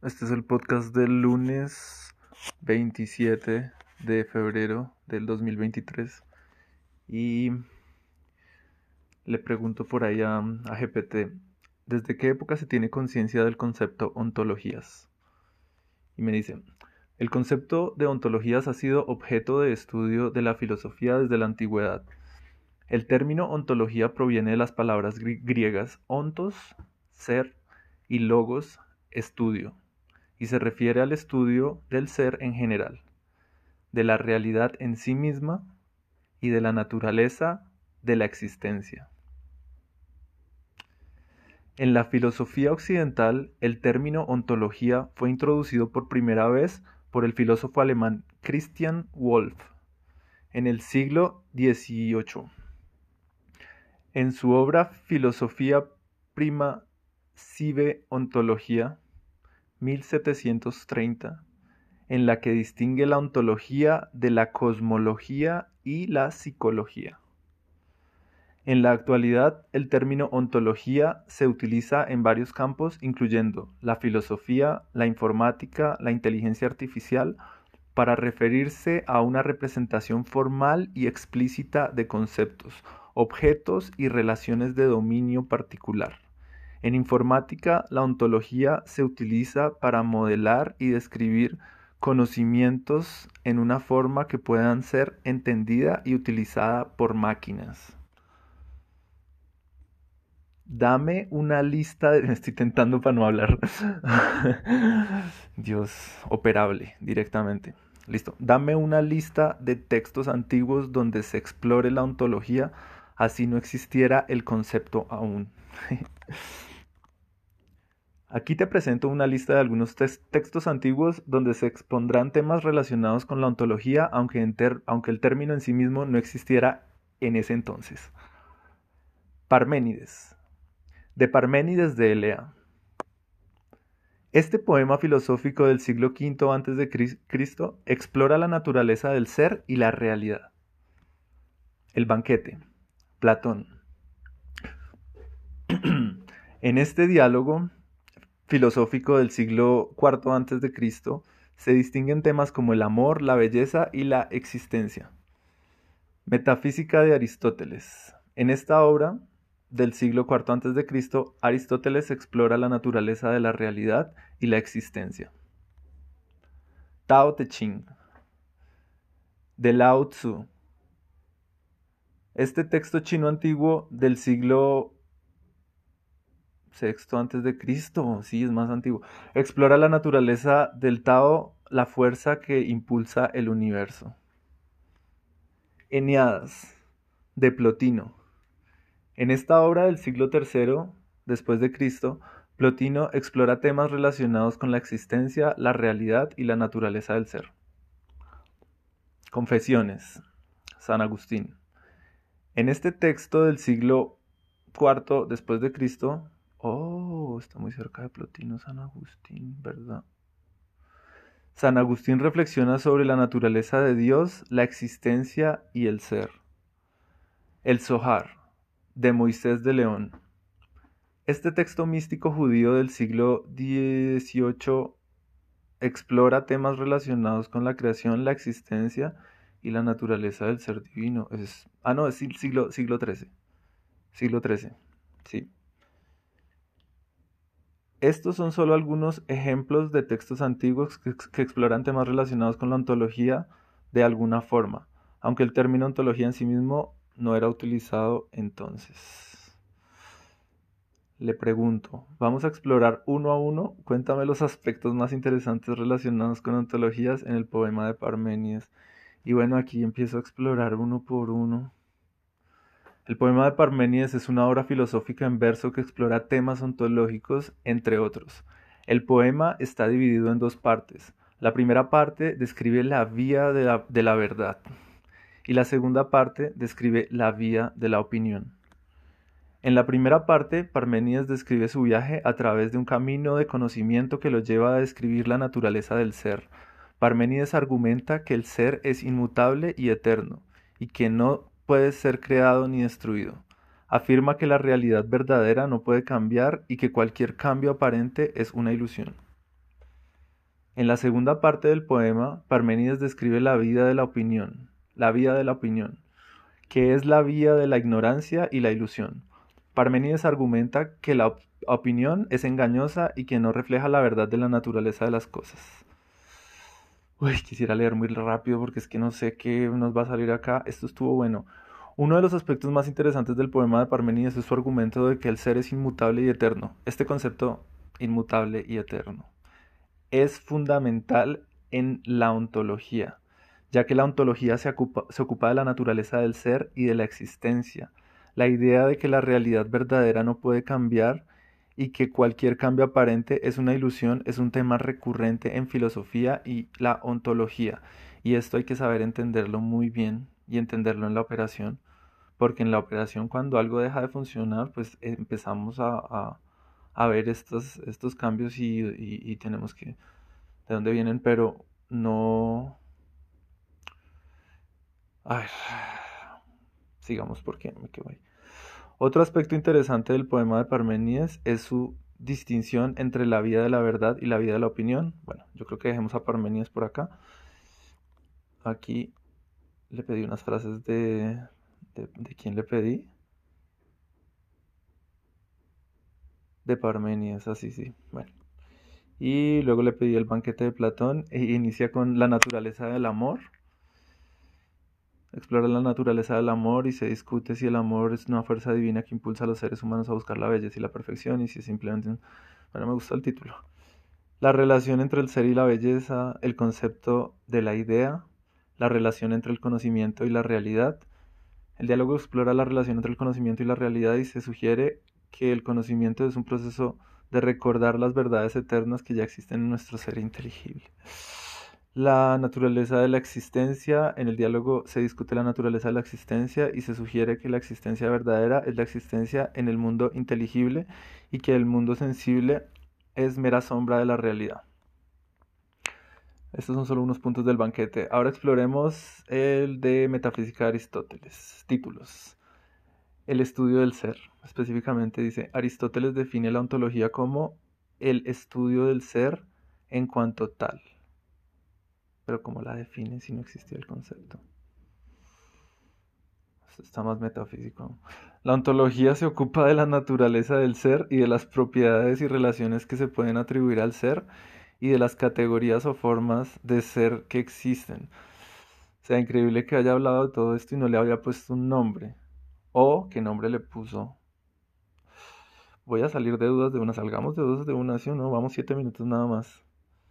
Este es el podcast del lunes 27 de febrero del 2023 y le pregunto por ahí a GPT, ¿desde qué época se tiene conciencia del concepto ontologías? Y me dice, el concepto de ontologías ha sido objeto de estudio de la filosofía desde la antigüedad. El término ontología proviene de las palabras griegas ontos, ser, y logos, estudio, y se refiere al estudio del ser en general, de la realidad en sí misma y de la naturaleza de la existencia. En la filosofía occidental, el término ontología fue introducido por primera vez por el filósofo alemán Christian Wolff en el siglo XVIII. En su obra Filosofía Prima Sive Ontologia, 1730, en la que distingue la ontología de la cosmología y la psicología. En la actualidad, el término ontología se utiliza en varios campos, incluyendo la filosofía, la informática, la inteligencia artificial, para referirse a una representación formal y explícita de conceptos, objetos y relaciones de dominio particular. En informática, la ontología se utiliza para modelar y describir conocimientos en una forma que puedan ser entendida y utilizada por máquinas. Dame una lista de... Me estoy tentando para no hablar. Dios, operable directamente. Listo. Dame una lista de textos antiguos donde se explore la ontología, así no existiera el concepto aún. Aquí te presento una lista de algunos textos antiguos donde se expondrán temas relacionados con la ontología, aunque el término en sí mismo no existiera en ese entonces. Parménides. De Parménides de Elea. Este poema filosófico del siglo V a.C. explora la naturaleza del ser y la realidad. El banquete. Platón. En este diálogo filosófico del siglo IV a.C. se distinguen temas como el amor, la belleza y la existencia. Metafísica de Aristóteles. En esta obra del siglo IV a.C., Aristóteles explora la naturaleza de la realidad y la existencia. Tao Te Ching. De Lao Tzu. Este texto chino antiguo del siglo VI a.C., sí, es más antiguo, explora la naturaleza del Tao, la fuerza que impulsa el universo. Eneadas, de Plotino. En esta obra del siglo III después de Cristo, Plotino explora temas relacionados con la existencia, la realidad y la naturaleza del ser. Confesiones, San Agustín. En este texto del siglo IV después de Cristo, está muy cerca de Plotino, San Agustín, ¿verdad? San Agustín reflexiona sobre la naturaleza de Dios, la existencia y el ser. El Zohar, de Moisés de León. Este texto místico judío del siglo XVIII explora temas relacionados con la creación, la existencia y la naturaleza del ser divino. Es siglo XIII. Siglo XIII, sí. Estos son solo algunos ejemplos de textos antiguos que exploran temas relacionados con la ontología de alguna forma, aunque el término ontología en sí mismo no era utilizado entonces. Le pregunto, vamos a explorar uno a uno. Cuéntame los aspectos más interesantes relacionados con ontologías en el poema de Parménides. Y bueno, aquí empiezo a explorar uno por uno. El poema de Parménides es una obra filosófica en verso que explora temas ontológicos, entre otros. El poema está dividido en dos partes. La primera parte describe la vía de la verdad y la segunda parte describe la vía de la opinión. En la primera parte, Parménides describe su viaje a través de un camino de conocimiento que lo lleva a describir la naturaleza del ser. Parménides argumenta que el ser es inmutable y eterno, y que no puede ser creado ni destruido. Afirma que la realidad verdadera no puede cambiar y que cualquier cambio aparente es una ilusión. En la segunda parte del poema, Parménides describe la vida de la opinión, que es la vía de la ignorancia y la ilusión. Parménides argumenta que la opinión es engañosa y que no refleja la verdad de la naturaleza de las cosas. Uy, quisiera leer muy rápido porque es que no sé qué nos va a salir acá. Esto estuvo bueno. Uno de los aspectos más interesantes del poema de Parménides es su argumento de que el ser es inmutable y eterno. Este concepto, inmutable y eterno, es fundamental en la ontología, ya que la ontología se ocupa de la naturaleza del ser y de la existencia. La idea de que la realidad verdadera no puede cambiar y que cualquier cambio aparente es una ilusión es un tema recurrente en filosofía y la ontología. Y esto hay que saber entenderlo muy bien y entenderlo en la operación, porque en la operación cuando algo deja de funcionar, pues empezamos a ver estos cambios y tenemos que de dónde vienen, pero no... A ver, sigamos porque me quedo ahí. Otro aspecto interesante del poema de Parménides es su distinción entre la vida de la verdad y la vida de la opinión. Bueno, yo creo que dejemos a Parménides por acá. Aquí le pedí unas frases ¿de quién le pedí? De Parménides, así sí. Bueno. Y luego le pedí el banquete de Platón e inicia con la naturaleza del amor. Explora la naturaleza del amor y se discute si el amor es una fuerza divina que impulsa a los seres humanos a buscar la belleza y la perfección y si es simplemente un... Bueno, me gusta el título. La relación entre el ser y la belleza, el concepto de la idea, la relación entre el conocimiento y la realidad. El diálogo explora la relación entre el conocimiento y la realidad y se sugiere que el conocimiento es un proceso de recordar las verdades eternas que ya existen en nuestro ser inteligible. La naturaleza de la existencia. En el diálogo se discute la naturaleza de la existencia y se sugiere que la existencia verdadera es la existencia en el mundo inteligible y que el mundo sensible es mera sombra de la realidad. Estos son solo unos puntos del banquete. Ahora exploremos el de Metafísica de Aristóteles. Títulos. El estudio del ser. Específicamente dice, Aristóteles define la ontología como el estudio del ser en cuanto tal. Pero ¿cómo la define si no existía el concepto? Esto está más metafísico. La ontología se ocupa de la naturaleza del ser y de las propiedades y relaciones que se pueden atribuir al ser y de las categorías o formas de ser que existen. O sea, increíble que haya hablado de todo esto y no le había puesto un nombre. O qué nombre le puso. Voy a salir de dudas de una. Salgamos de dudas de una, ¿sí o no? Vamos 7 minutos nada más.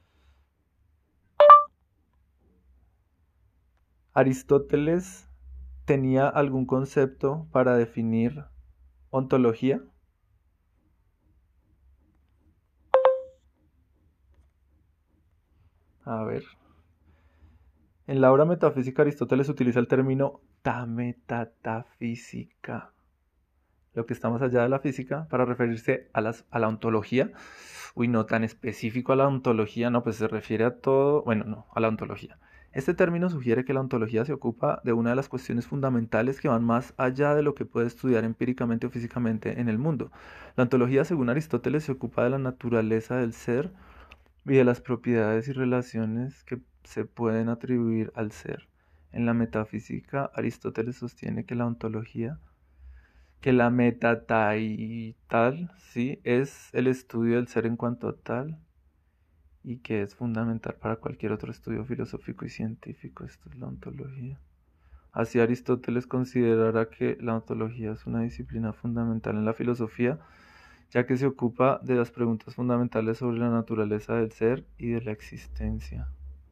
¿Aristóteles tenía algún concepto para definir ontología? A ver. En la obra metafísica Aristóteles utiliza el término ta metatafísica, lo que está más allá de la física, para referirse a la ontología. Uy, no tan específico a la ontología, no, pues se refiere a todo, bueno, no, a la ontología. Este término sugiere que la ontología se ocupa de una de las cuestiones fundamentales que van más allá de lo que puede estudiar empíricamente o físicamente en el mundo. La ontología, según Aristóteles, se ocupa de la naturaleza del ser y de las propiedades y relaciones que se pueden atribuir al ser. En la metafísica, Aristóteles sostiene que la ontología, que la metataital, sí, es el estudio del ser en cuanto a tal y que es fundamental para cualquier otro estudio filosófico y científico. Esto es la ontología. Así Aristóteles considerará que la ontología es una disciplina fundamental en la filosofía, ya que se ocupa de las preguntas fundamentales sobre la naturaleza del ser y de la existencia.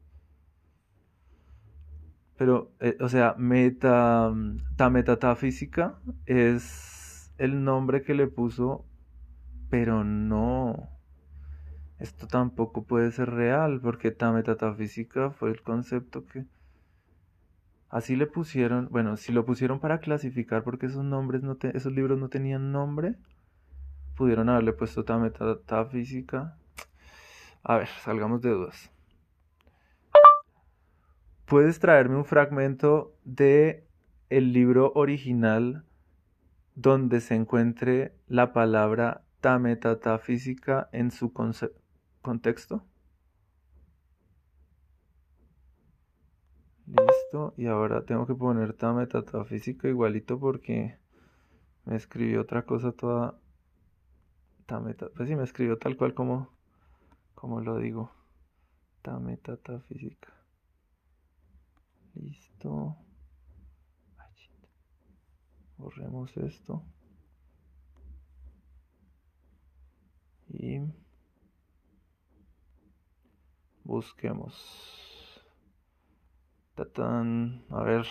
Pero, o sea, metatafísica es el nombre que le puso, pero no. Esto tampoco puede ser real, porque metatafísica fue el concepto que así le pusieron. Bueno, si lo pusieron para clasificar, porque esos nombres esos libros no tenían nombre, pudieron haberle puesto metatafísica. A ver, salgamos de dudas. ¿Puedes traerme un fragmento de el libro original donde se encuentre la palabra tametatafísica en su contexto? Listo, y ahora tengo que poner metafísica igualito porque me escribió otra cosa toda pues sí, me escribió tal cual como lo digo. Metafísica. Listo. Ay, shit. Borremos esto. Y busquemos. Tatán.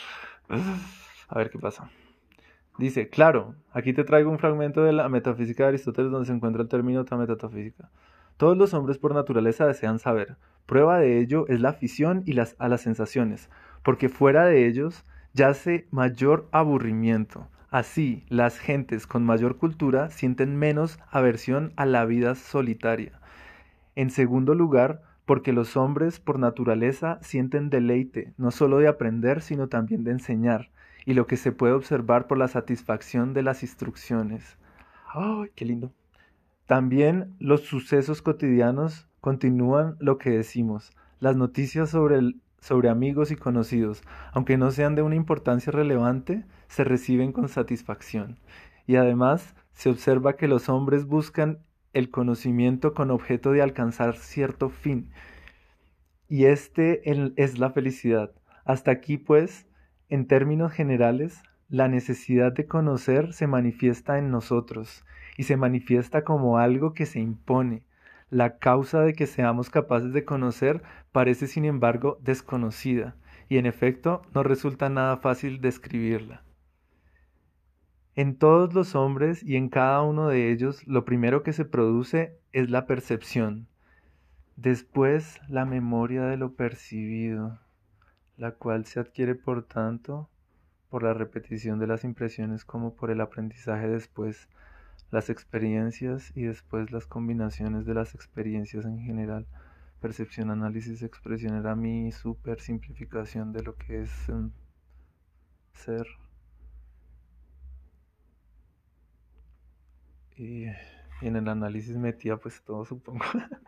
A ver qué pasa. Dice, claro, aquí te traigo un fragmento de la metafísica de Aristóteles donde se encuentra el término metafísica. Todos los hombres por naturaleza desean saber. Prueba de ello es la afición a las sensaciones, porque fuera de ellos yace mayor aburrimiento. Así, las gentes con mayor cultura sienten menos aversión a la vida solitaria. En segundo lugar, porque los hombres por naturaleza sienten deleite, no solo de aprender, sino también de enseñar, y lo que se puede observar por la satisfacción de las instrucciones. ¡Ay, qué lindo! También los sucesos cotidianos continúan lo que decimos, las noticias sobre amigos y conocidos, aunque no sean de una importancia relevante, se reciben con satisfacción. Y además se observa que los hombres buscan el conocimiento con objeto de alcanzar cierto fin, y es la felicidad. Hasta aquí, pues, en términos generales, la necesidad de conocer se manifiesta en nosotros y se manifiesta como algo que se impone. La causa de que seamos capaces de conocer parece, sin embargo, desconocida y en efecto no resulta nada fácil describirla. En todos los hombres y en cada uno de ellos, lo primero que se produce es la percepción. Después, la memoria de lo percibido, la cual se adquiere, por tanto, por la repetición de las impresiones como por el aprendizaje, después las experiencias y después las combinaciones de las experiencias en general. Percepción, análisis, expresión era mi super simplificación de lo que es un ser. Y en el análisis metía pues todo, supongo.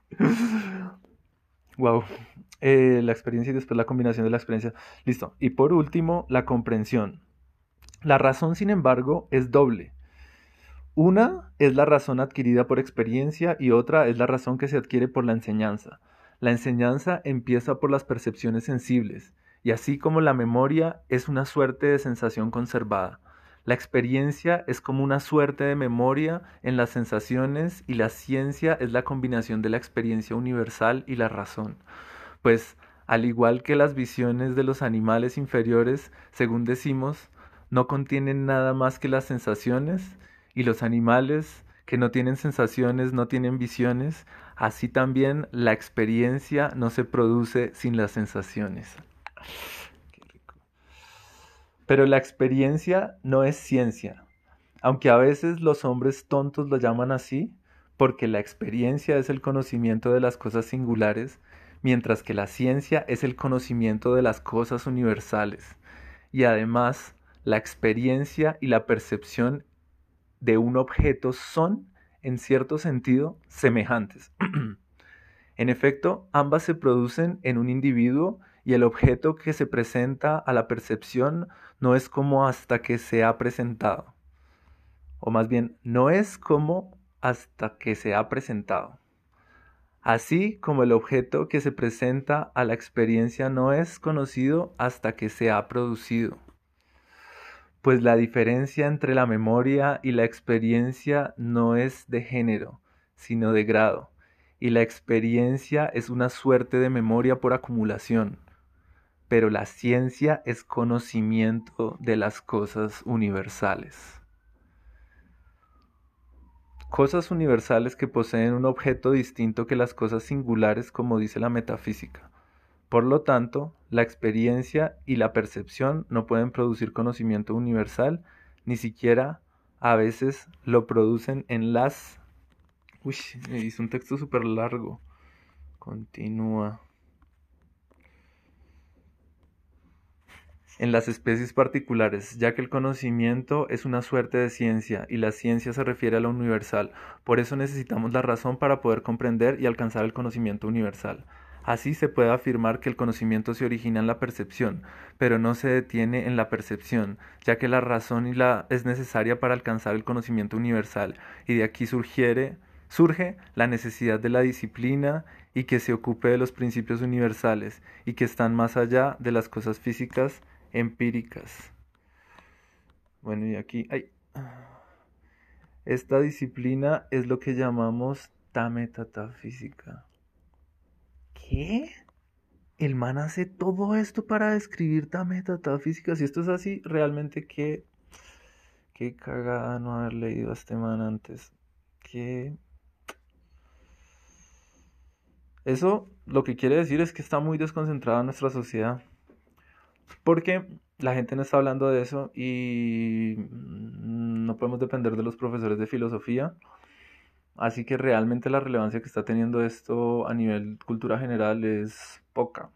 Wow. La experiencia y después la combinación de la experiencia. Listo. Y por último, la comprensión. La razón, sin embargo, es doble. Una es la razón adquirida por experiencia y otra es la razón que se adquiere por la enseñanza. La enseñanza empieza por las percepciones sensibles, y así como la memoria es una suerte de sensación conservada. La experiencia es como una suerte de memoria en las sensaciones y la ciencia es la combinación de la experiencia universal y la razón. Pues, al igual que las visiones de los animales inferiores, según decimos, no contienen nada más que las sensaciones, y los animales que no tienen sensaciones no tienen visiones, así también la experiencia no se produce sin las sensaciones. Qué rico. Pero la experiencia no es ciencia, aunque a veces los hombres tontos lo llaman así, porque la experiencia es el conocimiento de las cosas singulares, mientras que la ciencia es el conocimiento de las cosas universales. Y además, la experiencia y la percepción de un objeto son, en cierto sentido, semejantes. En efecto, ambas se producen en un individuo y el objeto que se presenta a la percepción no es como hasta que se ha presentado, o más bien, no es como hasta que se ha presentado. Así como el objeto que se presenta a la experiencia no es conocido hasta que se ha producido. Pues la diferencia entre la memoria y la experiencia no es de género, sino de grado, y la experiencia es una suerte de memoria por acumulación, pero la ciencia es conocimiento de las cosas universales. Cosas universales que poseen un objeto distinto que las cosas singulares, como dice la metafísica. Por lo tanto, la experiencia y la percepción no pueden producir conocimiento universal, ni siquiera a veces lo producen en las... Uy, hice un texto súper largo. Continúa. En las especies particulares, ya que el conocimiento es una suerte de ciencia y la ciencia se refiere a lo universal. Por eso necesitamos la razón para poder comprender y alcanzar el conocimiento universal. Así se puede afirmar que el conocimiento se origina en la percepción, pero no se detiene en la percepción, ya que la razón es necesaria para alcanzar el conocimiento universal, y de aquí surge la necesidad de la disciplina y que se ocupe de los principios universales y que están más allá de las cosas físicas empíricas. Bueno, y aquí, esta disciplina es lo que llamamos tametatafísica. ¿Qué? El man hace todo esto para describir tametatafísica. Si esto es así, realmente qué cagada no haber leído a este man antes. Qué... Eso lo que quiere decir es que está muy desconcentrada nuestra sociedad. Porque la gente no está hablando de eso y no podemos depender de los profesores de filosofía. Así que realmente la relevancia que está teniendo esto a nivel cultura general es poca.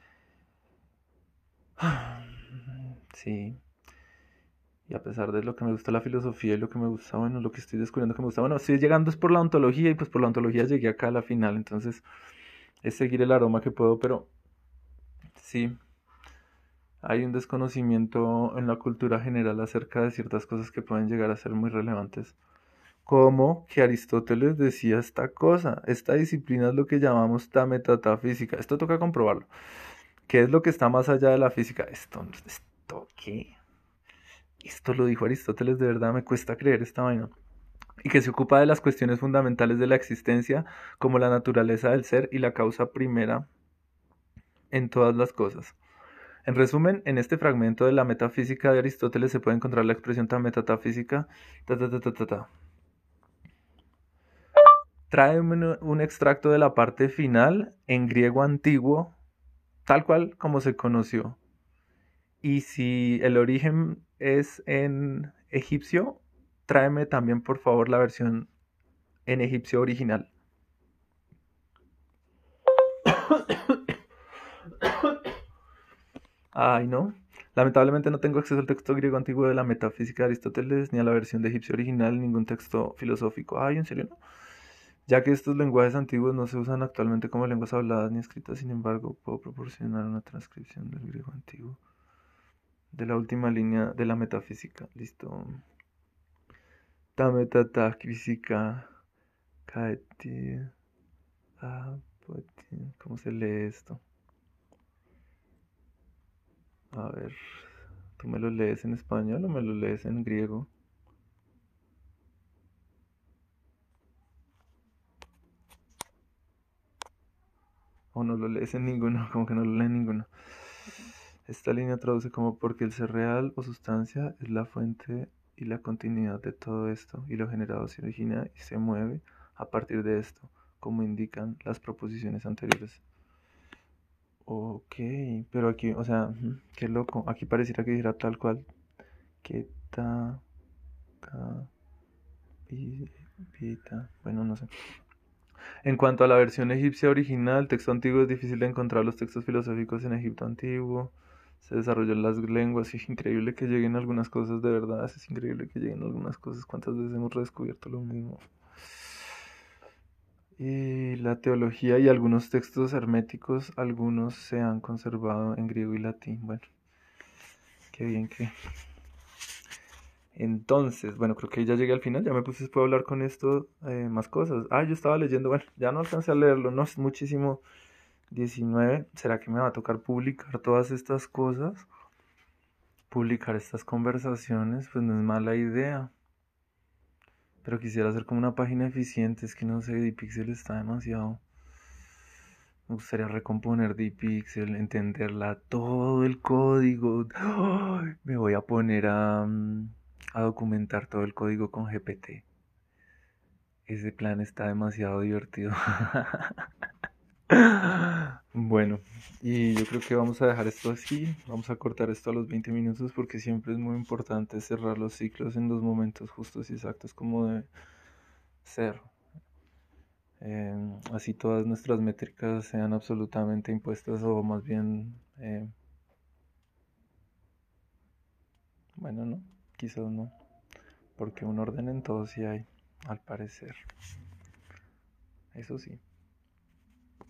Sí. Y a pesar de lo que me gusta la filosofía y lo que me gusta, bueno, lo que estoy descubriendo que me gusta, bueno, estoy llegando es por la ontología y pues por la ontología llegué acá a la final. Entonces es seguir el aroma que puedo, pero sí, hay un desconocimiento en la cultura general acerca de ciertas cosas que pueden llegar a ser muy relevantes. Como que Aristóteles decía esta cosa, esta disciplina es lo que llamamos tametatafísica. Esto toca comprobarlo. ¿Qué es lo que está más allá de la física? ¿Esto qué? Esto lo dijo Aristóteles, de verdad me cuesta creer esta vaina. Y que se ocupa de las cuestiones fundamentales de la existencia, como la naturaleza del ser y la causa primera en todas las cosas. En resumen, en este fragmento de la metafísica de Aristóteles se puede encontrar la expresión tametatafísica. Trae un extracto de la parte final en griego antiguo, tal cual como se conoció. Y si el origen es en egipcio, tráeme también por favor la versión en egipcio original. Ay, no. Lamentablemente no tengo acceso al texto griego antiguo de la metafísica de Aristóteles, ni a la versión de egipcio original, ningún texto filosófico. Ay, ¿en serio no? Ya que estos lenguajes antiguos no se usan actualmente como lenguas habladas ni escritas, sin embargo, puedo proporcionar una transcripción del griego antiguo de la última línea de la metafísica. Listo. Ta metafísica. Kaeti. ¿Cómo se lee esto? A ver, ¿tú me lo lees en español o me lo lees en griego? O no lo lees en ninguno, como que no lo lee en ninguno. Esta línea traduce como porque el ser real o sustancia es la fuente y la continuidad de todo esto, y lo generado se origina y se mueve a partir de esto, como indican las proposiciones anteriores. Ok, pero aquí, o sea, qué loco. Aquí pareciera que dijera tal cual. Que ta, ca, bueno, no sé. En cuanto a la versión egipcia original, el texto antiguo es difícil de encontrar los textos filosóficos en Egipto antiguo. Se desarrolló en las lenguas y es increíble que lleguen algunas cosas de verdad. Es increíble que lleguen algunas cosas. ¿Cuántas veces hemos redescubierto lo mismo? Y la teología y algunos textos herméticos, algunos se han conservado en griego y latín. Bueno, qué bien que... Entonces, bueno, creo que ya llegué al final, ya me puse después a hablar con esto, más cosas. Ah, yo estaba leyendo, bueno, ya no alcancé a leerlo, no es muchísimo. 19, ¿será que me va a tocar publicar todas estas cosas? Publicar estas conversaciones, pues no es mala idea. Pero quisiera hacer como una página eficiente, es que no sé, Dpixel está demasiado. Me gustaría recomponer Dpixel, entenderla todo el código. ¡Ay! Me voy a poner a documentar todo el código con GPT. Ese plan está demasiado divertido. Bueno, y yo creo que vamos a dejar esto así. Vamos a cortar esto a los 20 minutos porque siempre es muy importante cerrar los ciclos en los momentos justos y exactos como debe ser. Así todas nuestras métricas sean absolutamente impuestas o más bien, bueno, no, quizás no, porque un orden en todo sí hay, al parecer. Eso sí.